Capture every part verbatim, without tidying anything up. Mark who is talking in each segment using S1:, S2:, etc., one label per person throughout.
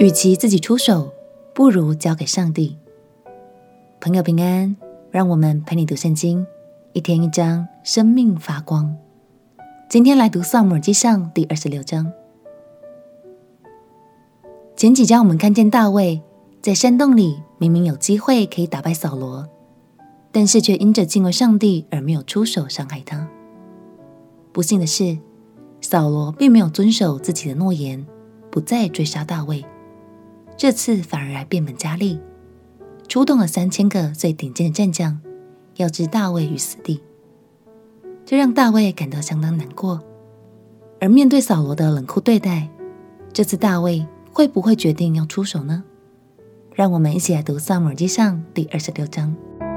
S1: 与其自己出手，不如交给上帝。朋友平安，让我们陪你读圣经，一天一章，生命发光。今天来读撒母耳记上第二十六章。前几章我们看见大卫在山洞里明明有机会可以打败扫罗，但是却因着敬畏上帝而没有出手伤害他。不幸的是，扫罗并没有遵守自己的诺言，不再追杀大卫，这次反而还变本加厉，出动了三千个最顶尖的战将，要置大卫于死地。这让大卫感到相当难过。而面对扫罗的冷酷对待，这次大卫会不会决定要出手呢？让我们一起来读撒母耳记上第二十六章。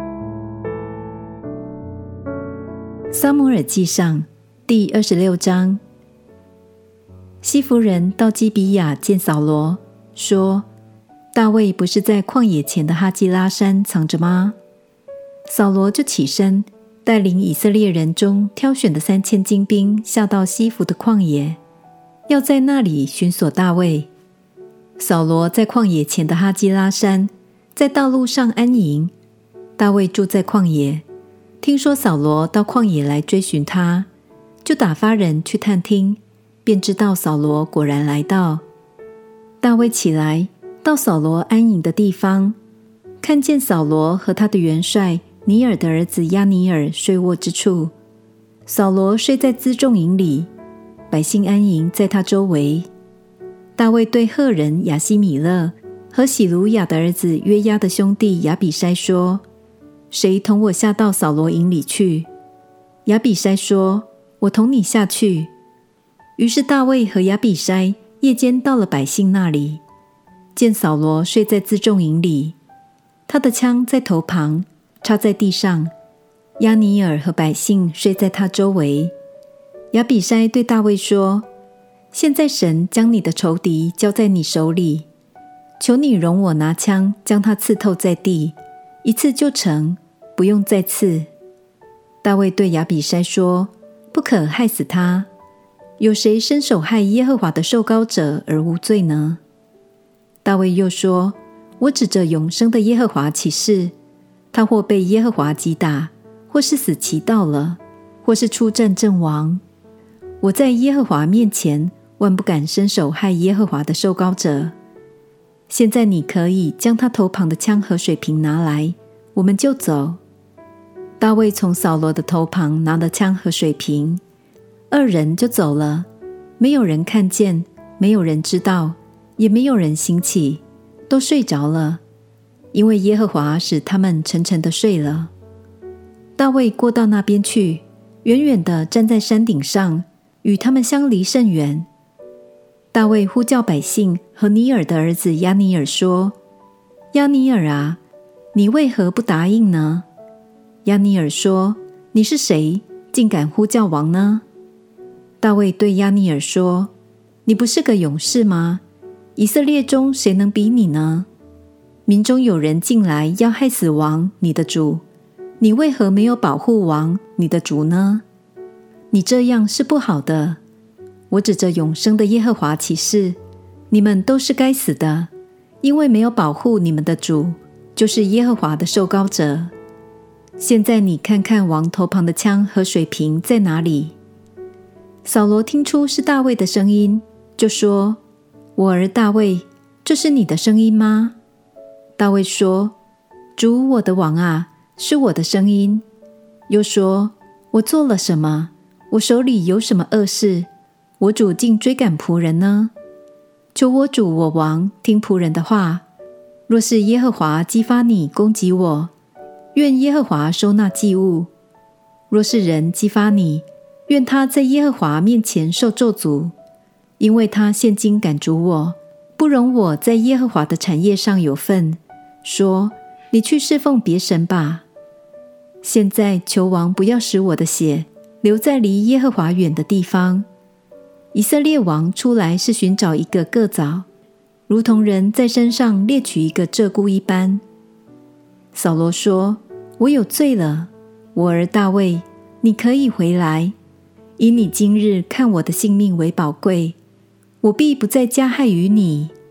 S2: 撒母耳记上第二十六章。西弗人到基比亚见扫罗，说：大卫不是在旷野前的哈基拉山藏着吗？扫罗就起身，带领以色列人中挑选的三千精兵，下到西弗的旷野，要在那里寻索大卫。扫罗在旷野前的哈基拉山，在道路上安营。大卫住在旷野，听说扫罗到旷野来追寻他，就打发人去探听，便知道扫罗果然来到。大卫起来，到扫罗安营的地方，看见扫罗和他的元帅尼尔的儿子押尼尔睡卧之处。扫罗睡在辎重营里，百姓安营在他周围。大卫对赫人亚希米勒和喜鲁雅的儿子约押的兄弟亚比筛说：谁同我下到扫罗营里去？亚比筛说：我同你下去。于是大卫和亚比筛夜间到了百姓那里，见扫罗睡在辎重营里，他的枪在头旁插在地上，押尼尔和百姓睡在他周围。亚比筛对大卫说：现在神将你的仇敌交在你手里，求你容我拿枪将他刺透在地，一次就成，不用再刺。大卫对亚比筛说：不可害死他，有谁伸手害耶和华的受膏者而无罪呢？大卫又说：我指着永生的耶和华起誓，他或被耶和华击打，或是死期到了，或是出战阵亡，我在耶和华面前万不敢伸手害耶和华的受膏者。现在你可以将他头旁的枪和水瓶拿来，我们就走。大卫从扫罗的头旁拿了枪和水瓶，二人就走了，没有人看见，没有人知道，也没有人醒起，都睡着了，因为耶和华使他们沉沉的睡了。大卫过到那边去，远远地站在山顶上，与他们相离甚远。大卫呼叫百姓和尼尔的儿子押尼尔说：押尼尔啊，你为何不答应呢？押尼尔说：你是谁，竟敢呼叫王呢？大卫对押尼尔说：你不是个勇士吗？以色列中谁能比你呢？民中有人进来要害死王你的主，你为何没有保护王你的主呢？你这样是不好的。我指着永生的耶和华起誓，你们都是该死的，因为没有保护你们的主，就是耶和华的受膏者。现在你看看王头旁的枪和水瓶在哪里？扫罗听出是大卫的声音，就说：我儿大卫，这是你的声音吗？大卫说：主我的王啊，是我的声音。又说：我做了什么？我手里有什么恶事？我主竟追赶仆人呢？求我主我王听仆人的话，若是耶和华激发你攻击我，愿耶和华收纳祭物；若是人激发你，愿他在耶和华面前受咒诅，因为他现今赶逐我，不容我在耶和华的产业上有份，说：你去侍奉别神吧。现在求王不要使我的血留在离耶和华远的地方。以色列王出来是寻找一个个枣，如同人在山上猎取一个鹧鸪一般。扫罗说：我有罪了，我儿大卫，你可以回来，以你今日看我的性命为宝贵，我必不再加害于你。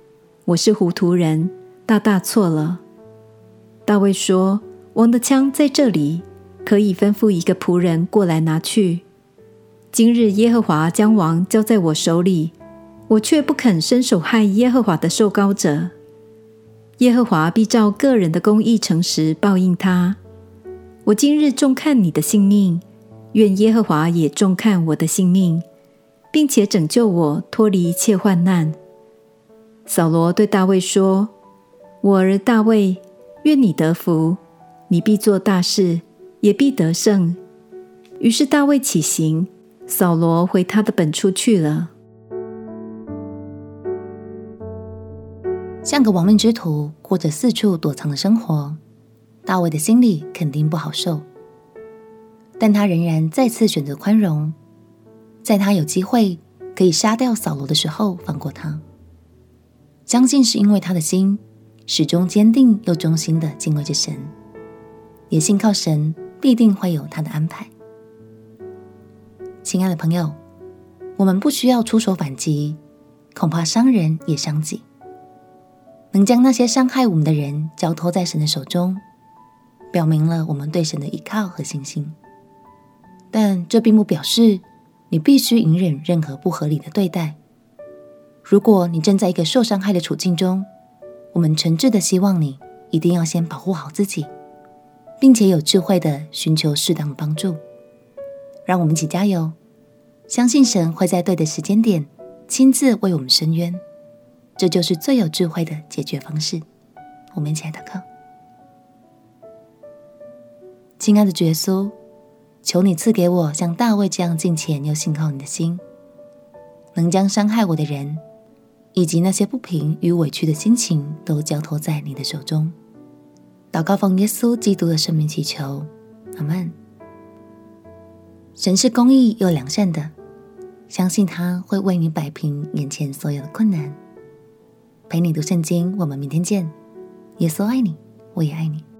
S2: 我是糊涂人，大大错了。”大卫说：“王的枪在这里，可以吩咐一个仆人过来拿去。今日耶和华将王交在我手里，我却不肯伸手害耶和华的受膏者。耶和华必照个人的公义诚实报应他。我今日重看你的性命，愿耶和华也重看我的性命，并且拯救我脱离一切患难。”扫罗对大卫说：“我儿大卫，愿你得福，你必做大事，也必得胜。”于是大卫起行，扫罗回他的本处去了。
S1: 像个亡命之徒，过着四处躲藏的生活，大卫的心里肯定不好受。但他仍然再次选择宽容，在他有机会可以杀掉扫罗的时候放过他。相信是因为他的心始终坚定又忠心地敬畏着神，也信靠神必定会有他的安排。亲爱的朋友，我们不需要出手反击，恐怕伤人也伤己。能将那些伤害我们的人交托在神的手中，表明了我们对神的依靠和信心。但这并不表示你必须隐忍任何不合理的对待。如果你正在一个受伤害的处境中，我们诚挚的希望你一定要先保护好自己，并且有智慧的寻求适当的帮助。让我们一起加油，相信神会在对的时间点亲自为我们伸冤，这就是最有智慧的解决方式。我们一起来祷告。亲爱的主耶稣，求你赐给我像大卫这样敬虔又信靠你的心，能将伤害我的人以及那些不平与委屈的心情都交托在你的手中。祷告奉耶稣基督的圣名祈求，阿们。神是公义又良善的，相信他会为你摆平眼前所有的困难。陪你读圣经，我们明天见。耶稣爱你，我也爱你。